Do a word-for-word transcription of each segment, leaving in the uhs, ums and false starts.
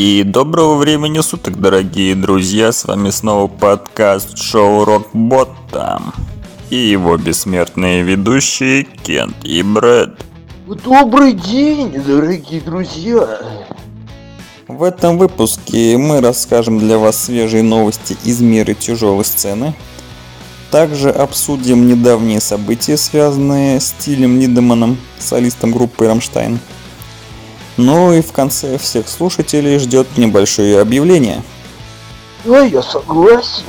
И доброго времени суток, дорогие друзья, с вами снова подкаст шоу Rock Bottom и его бессмертные ведущие Кент и Брэд. Добрый день, дорогие друзья! В этом выпуске мы расскажем для вас свежие новости из мира тяжелой сцены. Также обсудим недавние события, связанные с Тилем Линдеманном, солистом группы Rammstein. Ну и в конце всех слушателей ждет небольшое объявление. Да, я согласен.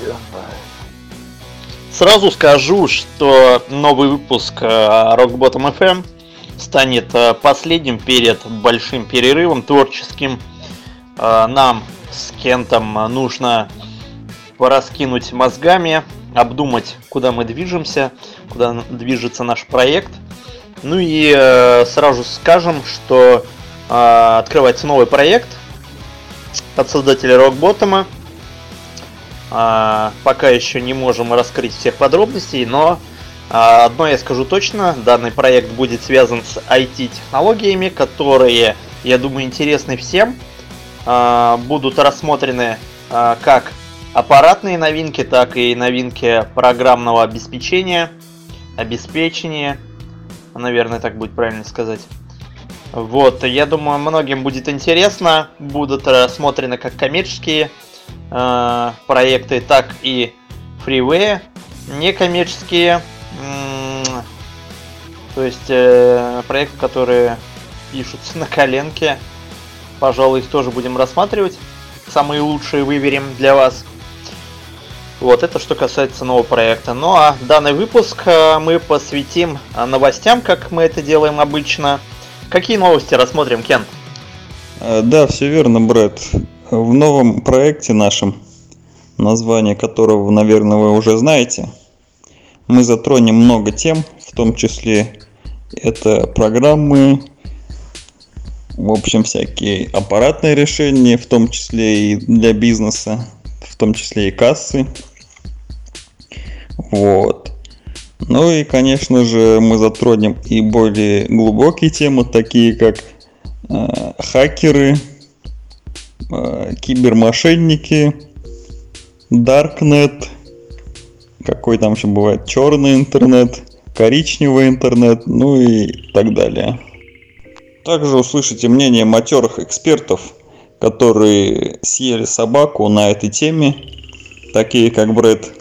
Сразу скажу, что новый выпуск Rock Bottom эф эм станет последним перед большим перерывом творческим. Нам с Кентом нужно пораскинуть мозгами, обдумать, куда мы движемся, куда движется наш проект. Ну и сразу скажем, что открывается новый проект от создателя Rock Bottom. Пока еще не можем раскрыть всех подробностей, но одно я скажу точно: данный проект будет связан с ай ти-технологиями, которые, я думаю, интересны всем. Будут рассмотрены как аппаратные новинки, так и новинки программного обеспечения, обеспечения, наверное, так будет правильно сказать. Вот, я думаю, многим будет интересно. Будут рассмотрены как коммерческие э, проекты, так и фривеи, некоммерческие, м- то есть э, проекты, которые пишутся на коленке. Пожалуй, их тоже будем рассматривать. Самые лучшие выберем для вас. Вот, это что касается нового проекта. Ну а данный выпуск мы посвятим новостям, как мы это делаем обычно. Какие новости рассмотрим, Кен? Да, все верно, Брэд. В новом проекте нашем, название которого, наверное, вы уже знаете, мы затронем много тем, в том числе это программы, в общем, всякие аппаратные решения, в том числе и для бизнеса, в том числе и кассы. Вот. Ну и, конечно же, мы затронем и более глубокие темы, такие как э, хакеры, э, кибермошенники, Даркнет, какой там еще бывает, черный интернет, коричневый интернет, ну и так далее. Также услышите мнение матерых экспертов, которые съели собаку на этой теме, такие как Брэд.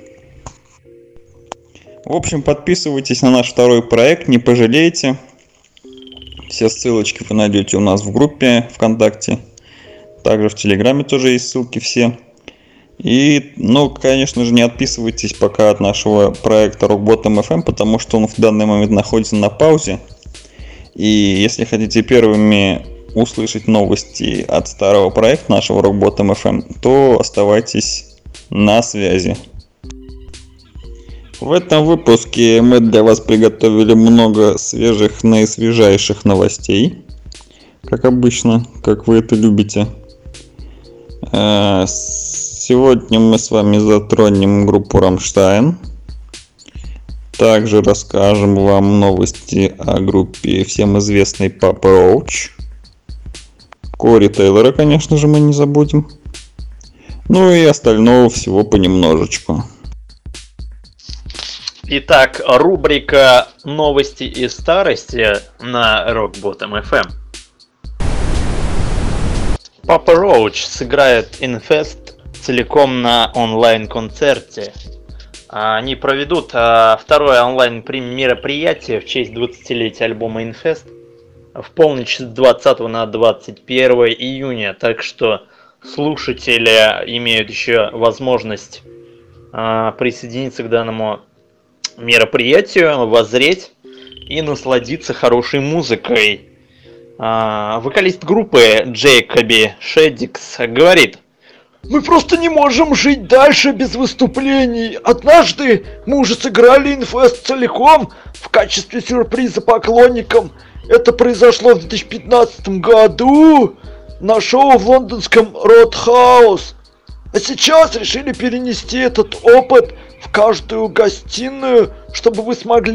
В общем, подписывайтесь на наш второй проект, не пожалеете. Все ссылочки вы найдете у нас в группе ВКонтакте. Также в Телеграме тоже есть ссылки все. И, ну, конечно же, не отписывайтесь пока от нашего проекта Rock Bottom эф эм, потому что он в данный момент находится на паузе. И если хотите первыми услышать новости от старого проекта нашего Rock Bottom эф эм, то оставайтесь на связи. В этом выпуске мы для вас приготовили много свежих, наисвежайших новостей, как обычно, как вы это любите. Сегодня мы с вами затронем группу Rammstein. Также расскажем вам новости о группе всем известной Papa Roach. Кори Тейлора, конечно же, мы не забудем. Ну и остального всего понемножечку. Итак, рубрика «Новости из старости» на Rock Bottom эф эм. Papa Roach сыграет Infest целиком на онлайн-концерте. Они проведут второе онлайн-мероприятие в честь двадцатилетия альбома Infest в полночь с двадцатого на двадцать первое июня. Так что слушатели имеют еще возможность присоединиться к данному мероприятию, воззреть и насладиться хорошей музыкой. А, вокалист группы Джейкоби Шеддикс говорит: мы просто не можем жить дальше без выступлений. Однажды мы уже сыграли Infest целиком в качестве сюрприза поклонникам. Это произошло в две тысячи пятнадцатом году на шоу в лондонском Roadhouse. А сейчас решили перенести этот опыт в каждую гостиную, чтобы вы смогли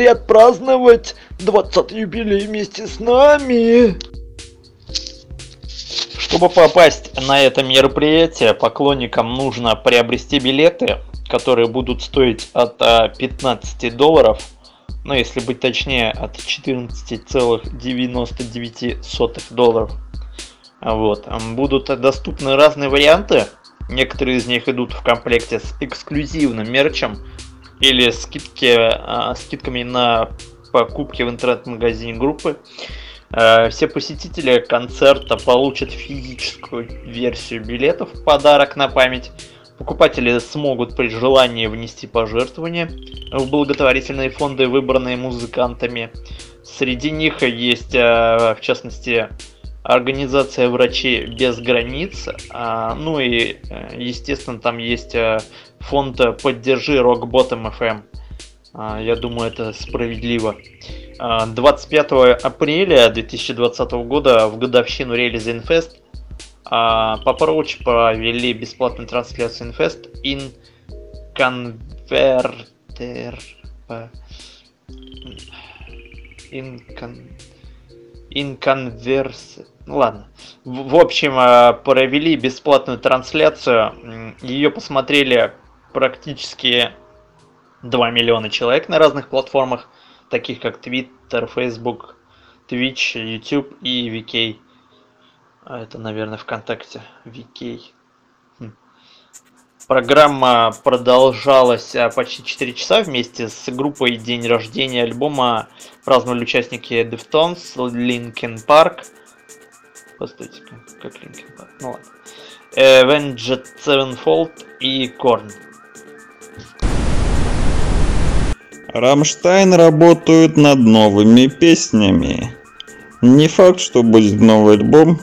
отпраздновать двадцатый юбилей вместе с нами. Чтобы попасть на это мероприятие, поклонникам нужно приобрести билеты, которые будут стоить от пятнадцати долларов, ну если быть точнее, от четырнадцати целых девяноста девяти сотых долларов. Вот. Будут доступны разные варианты. Некоторые из них идут в комплекте с эксклюзивным мерчем или скидки, скидками на покупки в интернет-магазине группы. Все посетители концерта получат физическую версию билетов в подарок на память. Покупатели смогут при желании внести пожертвования в благотворительные фонды, выбранные музыкантами. Среди них есть, в частности, организация «Врачи без границ». Ну и, естественно, там есть фонд «Поддержи Rock-Bottom эф эм». Я думаю, это справедливо. двадцать пятого апреля две тысячи двадцатого года, в годовщину релиза Infest, по Approach провели бесплатную трансляцию Infest in Converter. In, con... in Converse. Ну ладно. В, в общем, провели бесплатную трансляцию. Ее посмотрели практически два миллиона человек на разных платформах, таких как Twitter, Facebook, Twitch, YouTube и ви кей. А это, наверное, ВКонтакте. ви кей. Хм. Программа продолжалась почти четыре часа. Вместе с группой день рождения альбома праздновали участники Deftones, Linkin Park. Постойте, как Linkin Park? Ну ладно. Avenged Sevenfold и Korn. Рамштайн работают над новыми песнями. Не факт, что будет новый альбом.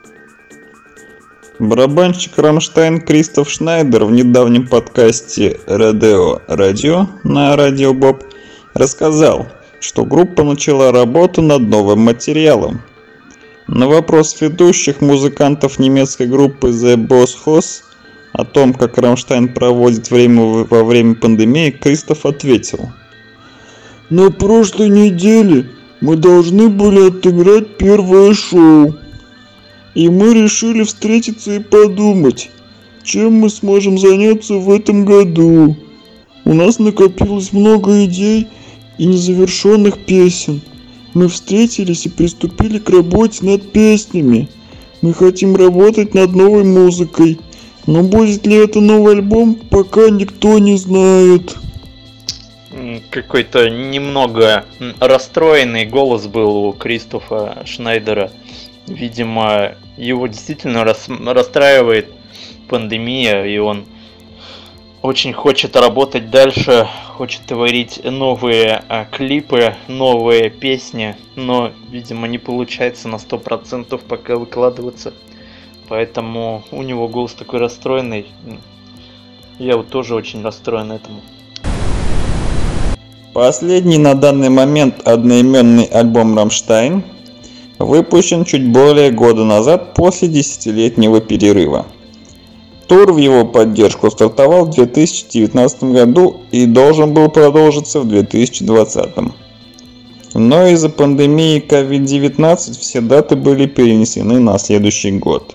Барабанщик Рамштайн Кристоф Шнайдер в недавнем подкасте Радио Радио на Радио Боб рассказал, что группа начала работу над новым материалом. На вопрос ведущих музыкантов немецкой группы The Boss Hoss о том, как Рамштайн проводит время во время пандемии, Кристоф ответил: «На прошлой неделе мы должны были отыграть первое шоу. И мы решили встретиться и подумать, чем мы сможем заняться в этом году. У нас накопилось много идей и незавершенных песен. Мы встретились и приступили к работе над песнями. Мы хотим работать над новой музыкой. Но будет ли это новый альбом, пока никто не знает». Какой-то немного расстроенный голос был у Кристофа Шнайдера. Видимо, его действительно рас... расстраивает пандемия, и он очень хочет работать дальше, хочет творить новые а, клипы, новые песни, но, видимо, не получается на сто процентов пока выкладываться. Поэтому у него голос такой расстроенный. Я вот тоже очень расстроен этому. Последний на данный момент одноименный альбом «Рамштайн» выпущен чуть более года назад после десятилетнего перерыва. Тур в его поддержку стартовал в две тысячи девятнадцатом году и должен был продолжиться в две тысячи двадцатом. Но из-за пандемии ковид девятнадцать все даты были перенесены на следующий год.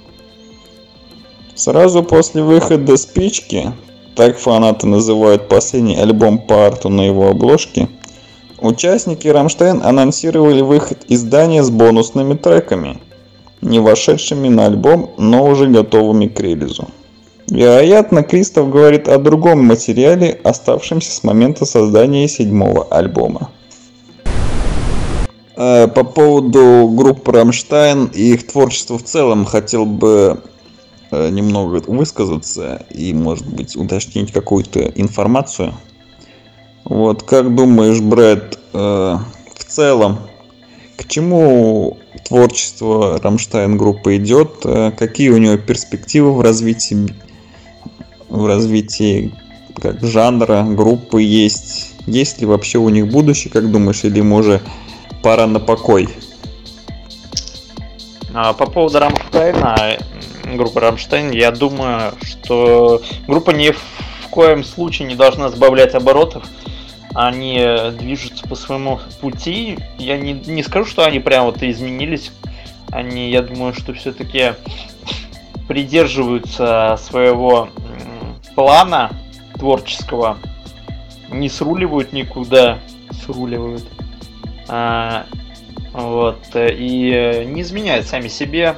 Сразу после выхода «Спички», так фанаты называют последний альбом по арту на его обложке, участники Рамштайн анонсировали выход издания с бонусными треками, не вошедшими на альбом, но уже готовыми к релизу. Вероятно, Кристоф говорит о другом материале, оставшемся с момента создания седьмого альбома. По поводу группы Рамштайн и их творчества в целом хотел бы немного высказаться и, может быть, уточнить какую-то информацию. Вот, как думаешь, Брэд, э, в целом, к чему творчество Рамштайн группы идет? Э, какие у него перспективы в развитии, в развитии как жанра группы есть? Есть ли вообще у них будущее, как думаешь, или им уже пора на покой? По поводу Рамштайна, группы Рамштайн, я думаю, что группа ни в коем случае не должна сбавлять оборотов. Они движутся по своему пути. Я не, не скажу, что они прям вот изменились. Они, я думаю, что все-таки придерживаются своего плана творческого, не сруливают никуда, сруливают, а, вот, и не изменяют сами себе,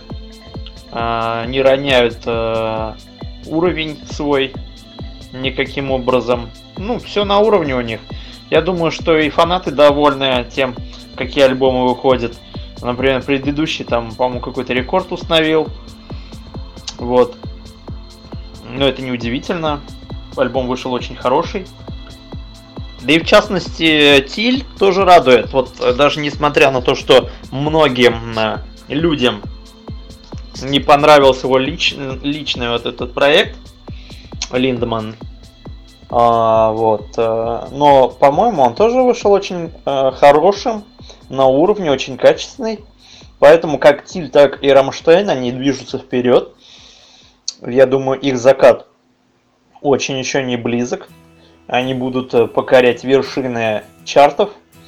а, не роняют а, уровень свой никаким образом. Ну, все на уровне у них. Я думаю, что и фанаты довольны тем, какие альбомы выходят. Например, предыдущий там, по-моему, какой-то рекорд установил. Вот. Но это не удивительно. Альбом вышел очень хороший. Да и в частности, Тиль тоже радует. Вот даже несмотря на то, что многим людям не понравился его лич... личный вот этот проект Линдеманн. А, вот. Но, по-моему, он тоже вышел очень а, хорошим, на уровне, очень качественный. Поэтому как Тиль, так и Рамштайн, они движутся вперед. Я думаю, их закат очень еще не близок. Они будут покорять вершины чартов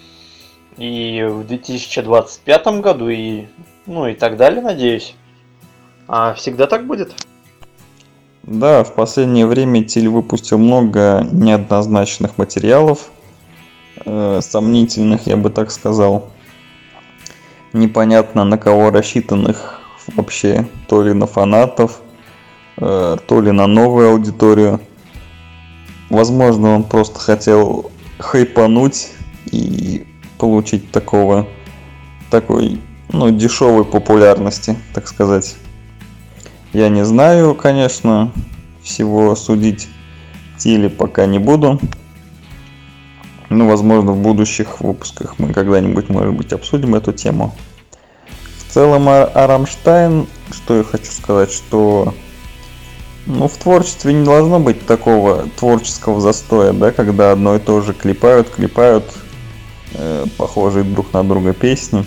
и в две тысячи двадцать пятом году, и, ну, и так далее, надеюсь. А всегда так будет? Да, в последнее время Тиль выпустил много неоднозначных материалов, э, сомнительных, я бы так сказал. Непонятно на кого рассчитанных вообще, то ли на фанатов, э, то ли на новую аудиторию. Возможно, он просто хотел хайпануть и получить такого, такой, ну, дешевой популярности, так сказать. Я не знаю, конечно, всего судить Тиле пока не буду. Ну, возможно, в будущих выпусках мы когда-нибудь, может быть, обсудим эту тему. В целом, о Рамштайн, что я хочу сказать, что, ну, в творчестве не должно быть такого творческого застоя, да, когда одно и то же клепают, клепают э, похожие друг на друга песни.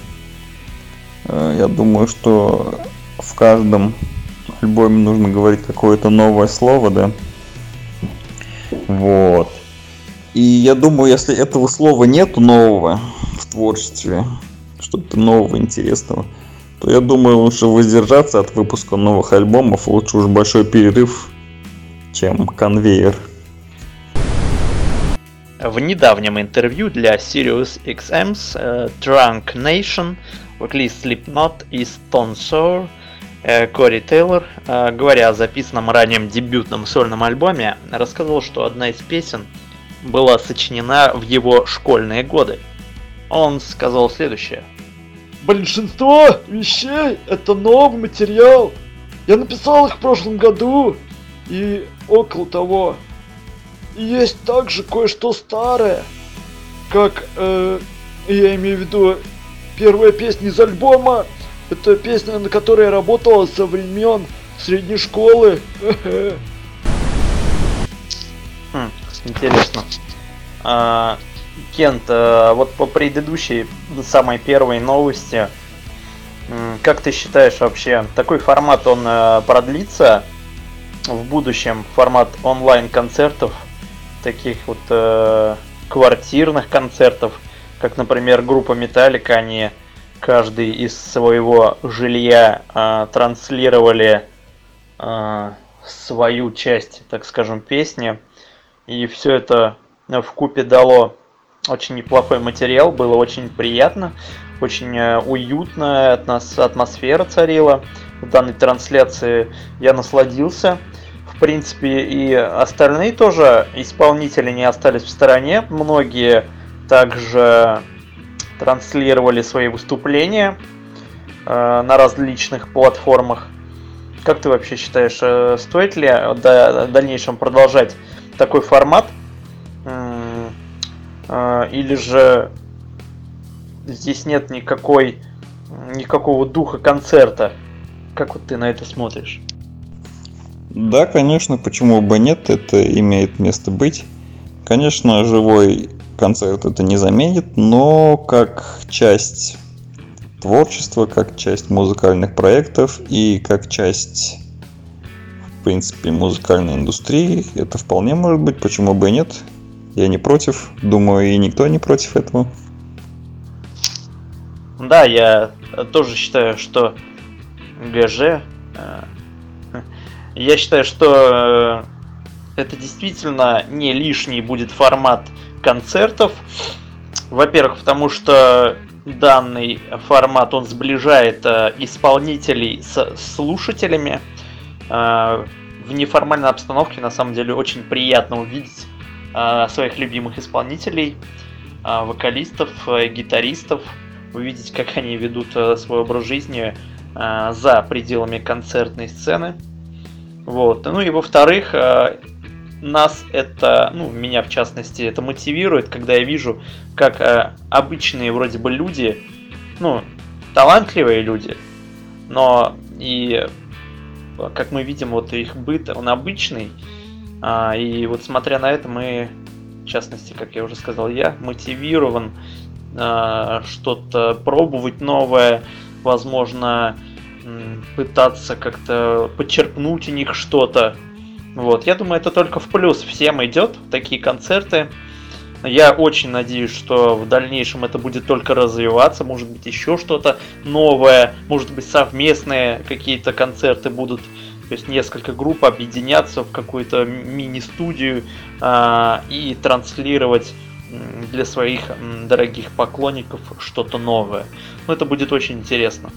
Э, я думаю, что в каждом альбоме нужно говорить какое-то новое слово, да. Вот. И я думаю, если этого слова нету нового в творчестве, что-то нового, интересного, то я думаю, лучше воздержаться от выпуска новых альбомов, лучше уж большой перерыв, чем конвейер. В недавнем интервью для Sirius икс эм's uh, Drunk Nation вокалист Slipknot и Stone Sour Кори Тейлор, говоря о записанном ранее дебютном сольном альбоме, рассказал, что одна из песен была сочинена в его школьные годы. Он сказал следующее. Большинство вещей — это новый материал. Я написал их в прошлом году и около того. И есть также кое-что старое, как, э, я имею в виду, первая песня из альбома. Это песня, на которой я работала со времен средней школы. Хм, интересно. А, Кент, а, вот по предыдущей, самой первой новости, как ты считаешь вообще, такой формат, он продлится в будущем? Формат онлайн-концертов, таких вот э, квартирных концертов, как, например, группа Metallica, они каждый из своего жилья э, транслировали э, свою часть, так скажем, песни. И все это вкупе дало очень неплохой материал, было очень приятно, очень э, уютная атмос- атмосфера царила в данной трансляции. Я насладился. В принципе, и остальные тоже исполнители не остались в стороне. Многие также транслировали свои выступления э, на различных платформах. Как ты вообще считаешь, э, стоит ли до, в дальнейшем продолжать такой формат? Э, э, или же здесь нет никакой, никакого духа концерта? Как вот ты на это смотришь? Да, конечно, почему бы нет, это имеет место быть. Конечно, живой концерт это не заменит, но как часть творчества, как часть музыкальных проектов и как часть, в принципе, музыкальной индустрии, это вполне может быть, почему бы и нет. Я не против, думаю, и никто не против этого. Да, я тоже считаю, что ГЖ Я считаю, что это действительно не лишний будет формат концертов. Во-первых, потому что данный формат, он сближает исполнителей с слушателями. В неформальной обстановке, на самом деле, очень приятно увидеть своих любимых исполнителей, вокалистов, гитаристов, увидеть, как они ведут свой образ жизни за пределами концертной сцены. Вот. Ну и во-вторых, нас это, ну, меня в частности, это мотивирует, когда я вижу, как обычные вроде бы люди, ну, талантливые люди, но и, как мы видим, вот их быт, он обычный, и вот смотря на это, мы, в частности, как я уже сказал, я мотивирован что-то пробовать новое, возможно, пытаться как-то подчеркнуть у них что-то. Вот, я думаю, это только в плюс всем идет, такие концерты. Я очень надеюсь, что в дальнейшем это будет только развиваться, может быть, еще что-то новое, может быть, совместные какие-то концерты будут, то есть несколько групп объединяться в какую-то мини-студию э, и транслировать для своих дорогих поклонников что-то новое. Ну, это будет очень интересно.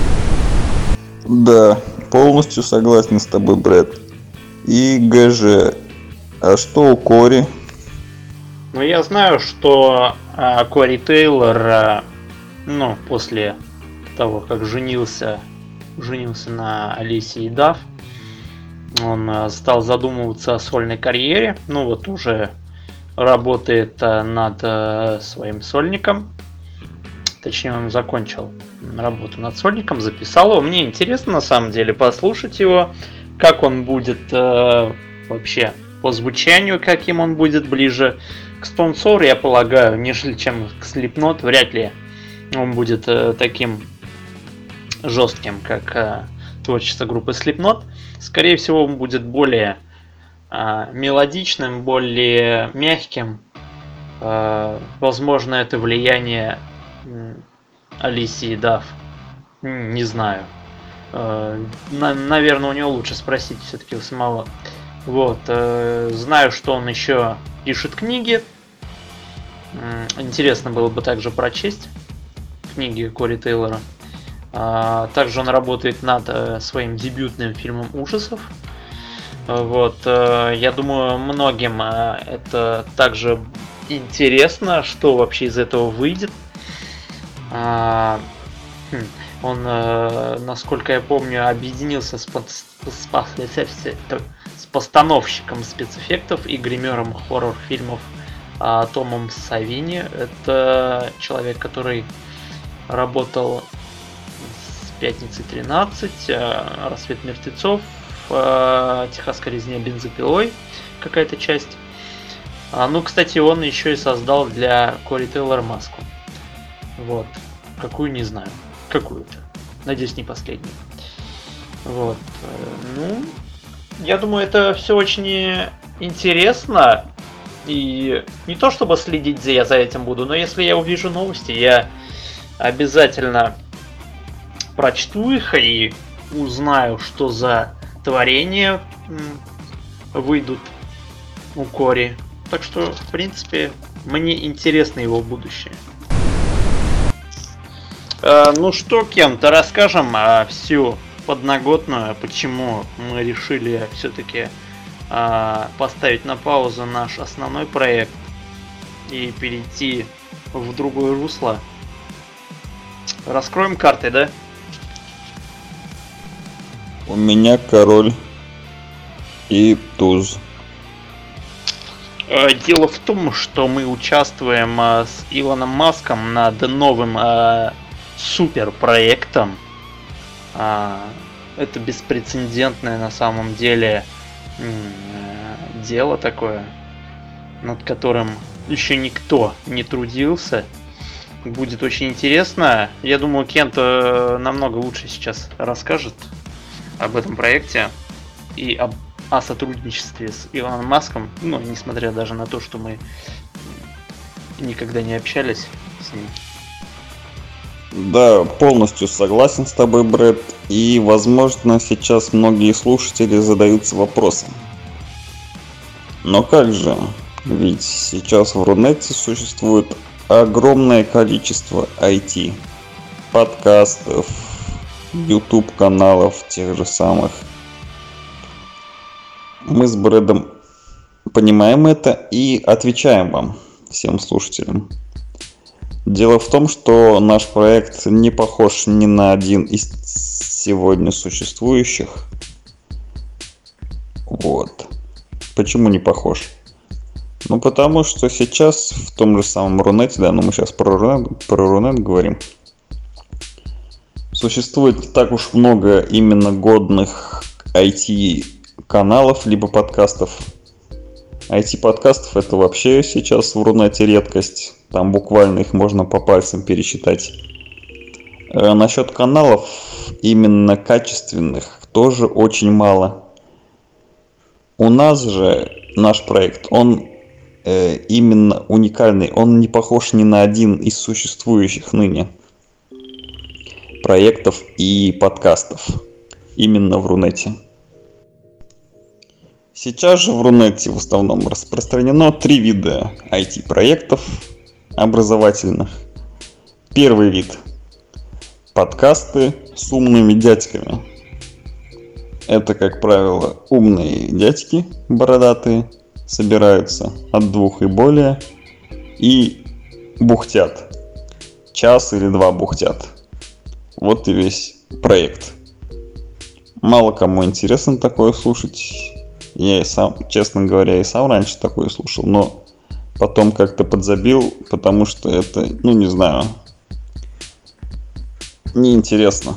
Да, полностью согласен с тобой, Брэд. И ГЖ. А что у Кори? Ну, я знаю, что а, Кори Тейлор, а, ну, после того, как женился, женился на Алисии Дафф, он а, стал задумываться о сольной карьере. Ну, вот уже работает а, над а, своим сольником. Точнее, он закончил работу над сольником, записал его. Мне интересно, на самом деле, послушать его, как он будет э, вообще по звучанию, каким он будет ближе к Stone Sour, я полагаю, нежели чем к Slipknot. Вряд ли он будет э, таким жестким, как э, творчество группы Slipknot. Скорее всего, он будет более э, мелодичным, более мягким. Э, возможно, это влияние э, Алисии Дафф. Не знаю. Э, на, наверное, у него лучше спросить все-таки у самого. Вот. Э, знаю, что он еще пишет книги. Э, интересно было бы также прочесть книги Кори Тейлора. Э, также он работает над э, своим дебютным фильмом ужасов. Э, вот. Э, я думаю, многим э, это также интересно, что вообще из этого выйдет. Э, хм. Он, э, насколько я помню, объединился с, под, с, с постановщиком спецэффектов и гримером хоррор-фильмов э, Томом Савини. Это человек, который работал с «Пятницы тринадцать», э, «Рассвет мертвецов», э, «Техасская резня бензопилой», какая-то часть. А, ну, кстати, он еще и создал для Кори Тейлора маску. Вот. Какую, не знаю. Какую-то. Надеюсь, не последнюю. Вот. Ну, я думаю, это все очень интересно. И не то чтобы следить за я за этим буду, но если я увижу новости, я обязательно прочту их и узнаю, что за творения выйдут у Кори. Так что, в принципе, мне интересно его будущее. Ну что, Кем-то расскажем а, всю подноготную, почему мы решили все-таки а, поставить на паузу наш основной проект и перейти в другое русло. Раскроем карты, да? У меня король и туз. Дело в том, что мы участвуем а, с Илоном Маском над новым а, супер проектом. А, это беспрецедентное на самом деле м- дело такое, над которым еще никто не трудился. Будет очень интересно. Я думаю, Кент намного лучше сейчас расскажет об этом проекте и об, о сотрудничестве с Илоном Маском. Ну, несмотря даже на то, что мы никогда не общались с ним. Да, полностью согласен с тобой, Брэд. И, возможно, сейчас многие слушатели задаются вопросом. Но как же? Ведь сейчас в Рунете существует огромное количество ай ти, подкастов, YouTube каналов тех же самых. Мы с Брэдом понимаем это и отвечаем вам, всем слушателям. Дело в том, что наш проект не похож ни на один из сегодня существующих. Вот. Почему не похож? Ну, потому что сейчас в том же самом Рунете, да, но мы сейчас про Рунет, про Рунет говорим, существует не так уж много именно годных ай ти-каналов, либо подкастов. ай ти-подкастов это вообще сейчас в Рунете редкость. Там буквально их можно по пальцам пересчитать. А насчет каналов, именно качественных, тоже очень мало. У нас же наш проект, он э, именно уникальный. Он не похож ни на один из существующих ныне проектов и подкастов. Именно в Рунете. Сейчас же в Рунете в основном распространено три вида ай ти-проектов образовательных. Первый вид – подкасты с умными дядьками. Это, как правило, умные дядьки бородатые собираются от двух и более и бухтят. Час или два бухтят. Вот и весь проект. Мало кому интересно такое слушать. Я и сам, честно говоря, и сам раньше такое слушал, но потом как-то подзабил, потому что это, ну не знаю, неинтересно.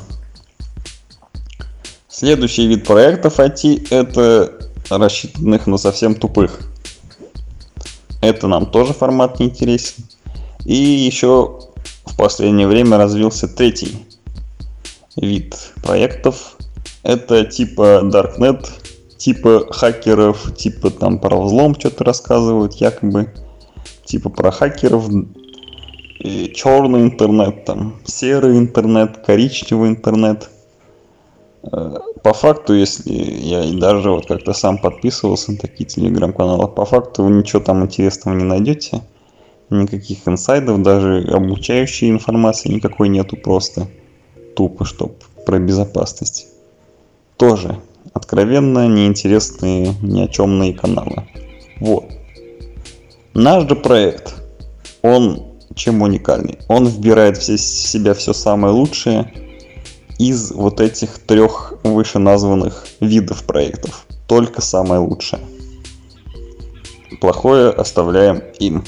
Следующий вид проектов ай ти это рассчитанных на совсем тупых. Это нам тоже формат не интересен. И еще в последнее время развился третий вид проектов. Это типа Darknet, типа хакеров, типа там про взлом что-то рассказывают, якобы. Типа про хакеров, черный интернет, там, серый интернет, коричневый интернет. По факту, если я даже вот как-то сам подписывался на такие телеграм-каналы, по факту вы ничего там интересного не найдете. Никаких инсайдов, даже обучающей информации никакой нету, просто тупо, чтоб про безопасность. Тоже откровенно неинтересные, ни о чемные каналы. Вот. Наш же проект, он чем уникальный? Он вбирает в себя все самое лучшее из вот этих трех вышеназванных видов проектов. Только самое лучшее. Плохое оставляем им.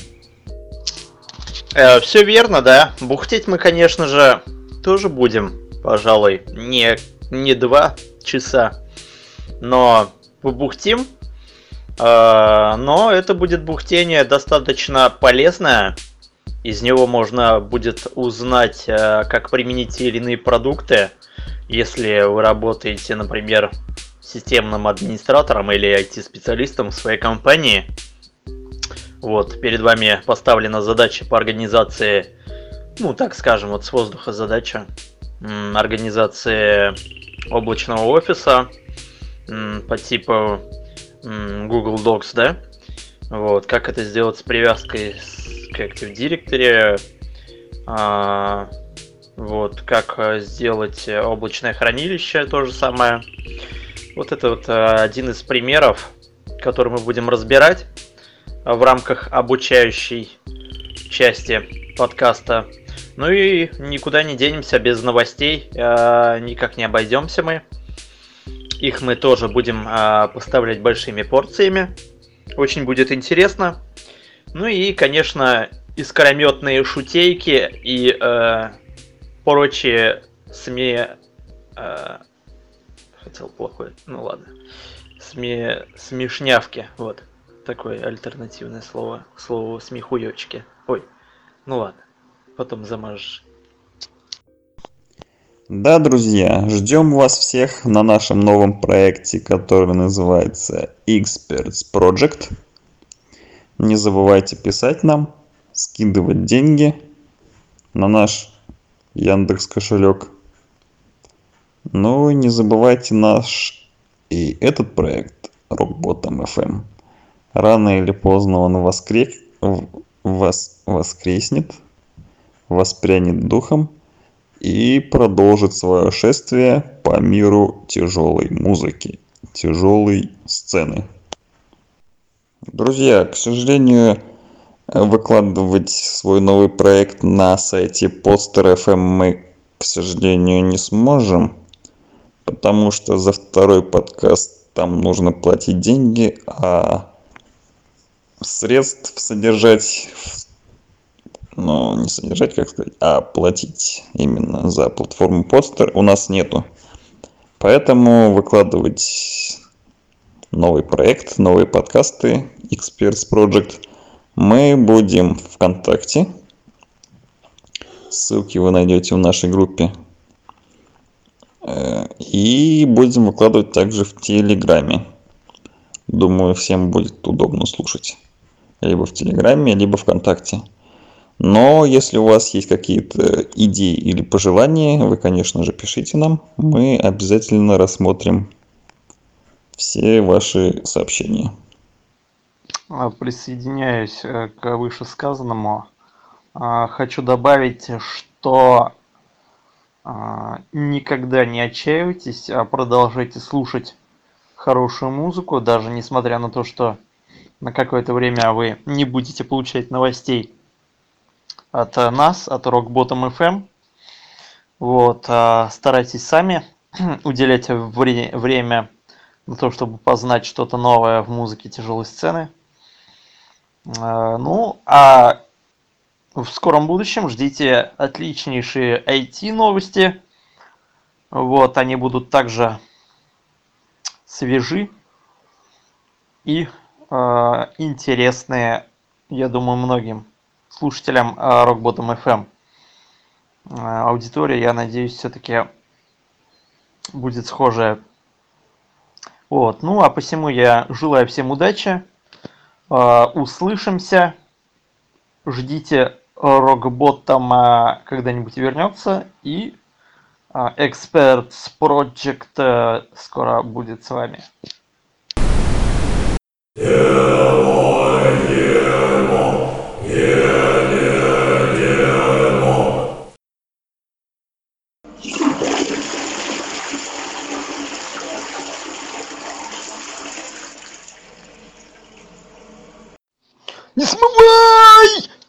Э, все верно, да. Бухтеть мы, конечно же, тоже будем, пожалуй, не, не два часа. Но побухтим. Э, но это будет бухтение достаточно полезное. Из него можно будет узнать, как применить те или иные продукты, если вы работаете, например, системным администратором или ай ти-специалистом в своей компании. Вот, перед вами поставлена задача по организации, ну, так скажем, вот с воздуха задача, организации облачного офиса по типу Google Docs, да? Вот, как это сделать с привязкой к Active Directory, а, вот, как сделать облачное хранилище, то же самое. Вот это вот один из примеров, который мы будем разбирать в рамках обучающей части подкаста. Ну и никуда не денемся без новостей, а, никак не обойдемся мы. Их мы тоже будем а, поставлять большими порциями. Очень будет интересно. Ну и, конечно, искрометные шутейки и э, прочие сме... Э, хотел плохое, ну ладно. Сме... Смешнявки, вот. Такое альтернативное слово к слову смехуёчки. Ой, ну ладно, потом замажешь. Да, друзья, ждем вас всех на нашем новом проекте, который называется Experts Project. Не забывайте писать нам, скидывать деньги на наш Яндекс кошелек. Ну и не забывайте наш и этот проект Rockbottom эф эм. Рано или поздно он воскрес... вас воскреснет, воспрянет духом и продолжит свое шествие по миру тяжелой музыки, тяжелой сцены. Друзья, к сожалению, выкладывать свой новый проект на сайте Podster точка эф эм мы, к сожалению, не сможем, потому что за второй подкаст там нужно платить деньги, а средств содержать, ну, не содержать, как сказать, а платить именно за платформу Podster у нас нету. Поэтому выкладывать новый проект, новые подкасты Experts Project мы будем ВКонтакте. Ссылки вы найдете в нашей группе. И будем выкладывать также в Телеграме. Думаю, всем будет удобно слушать. Либо в Телеграме, либо ВКонтакте. Но если у вас есть какие-то идеи или пожелания, вы, конечно же, пишите нам. Мы обязательно рассмотрим все ваши сообщения. Присоединяюсь к вышесказанному. Хочу добавить, что никогда не отчаивайтесь, а продолжайте слушать хорошую музыку, даже несмотря на то, что на какое-то время вы не будете получать новостей от нас, от Rockbottom эф эм. Вот, старайтесь сами уделять вре- время на то, чтобы познать что-то новое в музыке тяжелой сцены. Ну, а в скором будущем ждите отличнейшие ай ти-новости. Вот, они будут также свежи и э, интересные, я думаю, многим слушателям э, Rockbottom эф эм. Э, аудитория, я надеюсь, все-таки будет схожая. Вот, ну а посему я желаю всем удачи. Э, услышимся. Ждите Rockbottom когда-нибудь вернется. И э, Experts Project э, скоро будет с вами.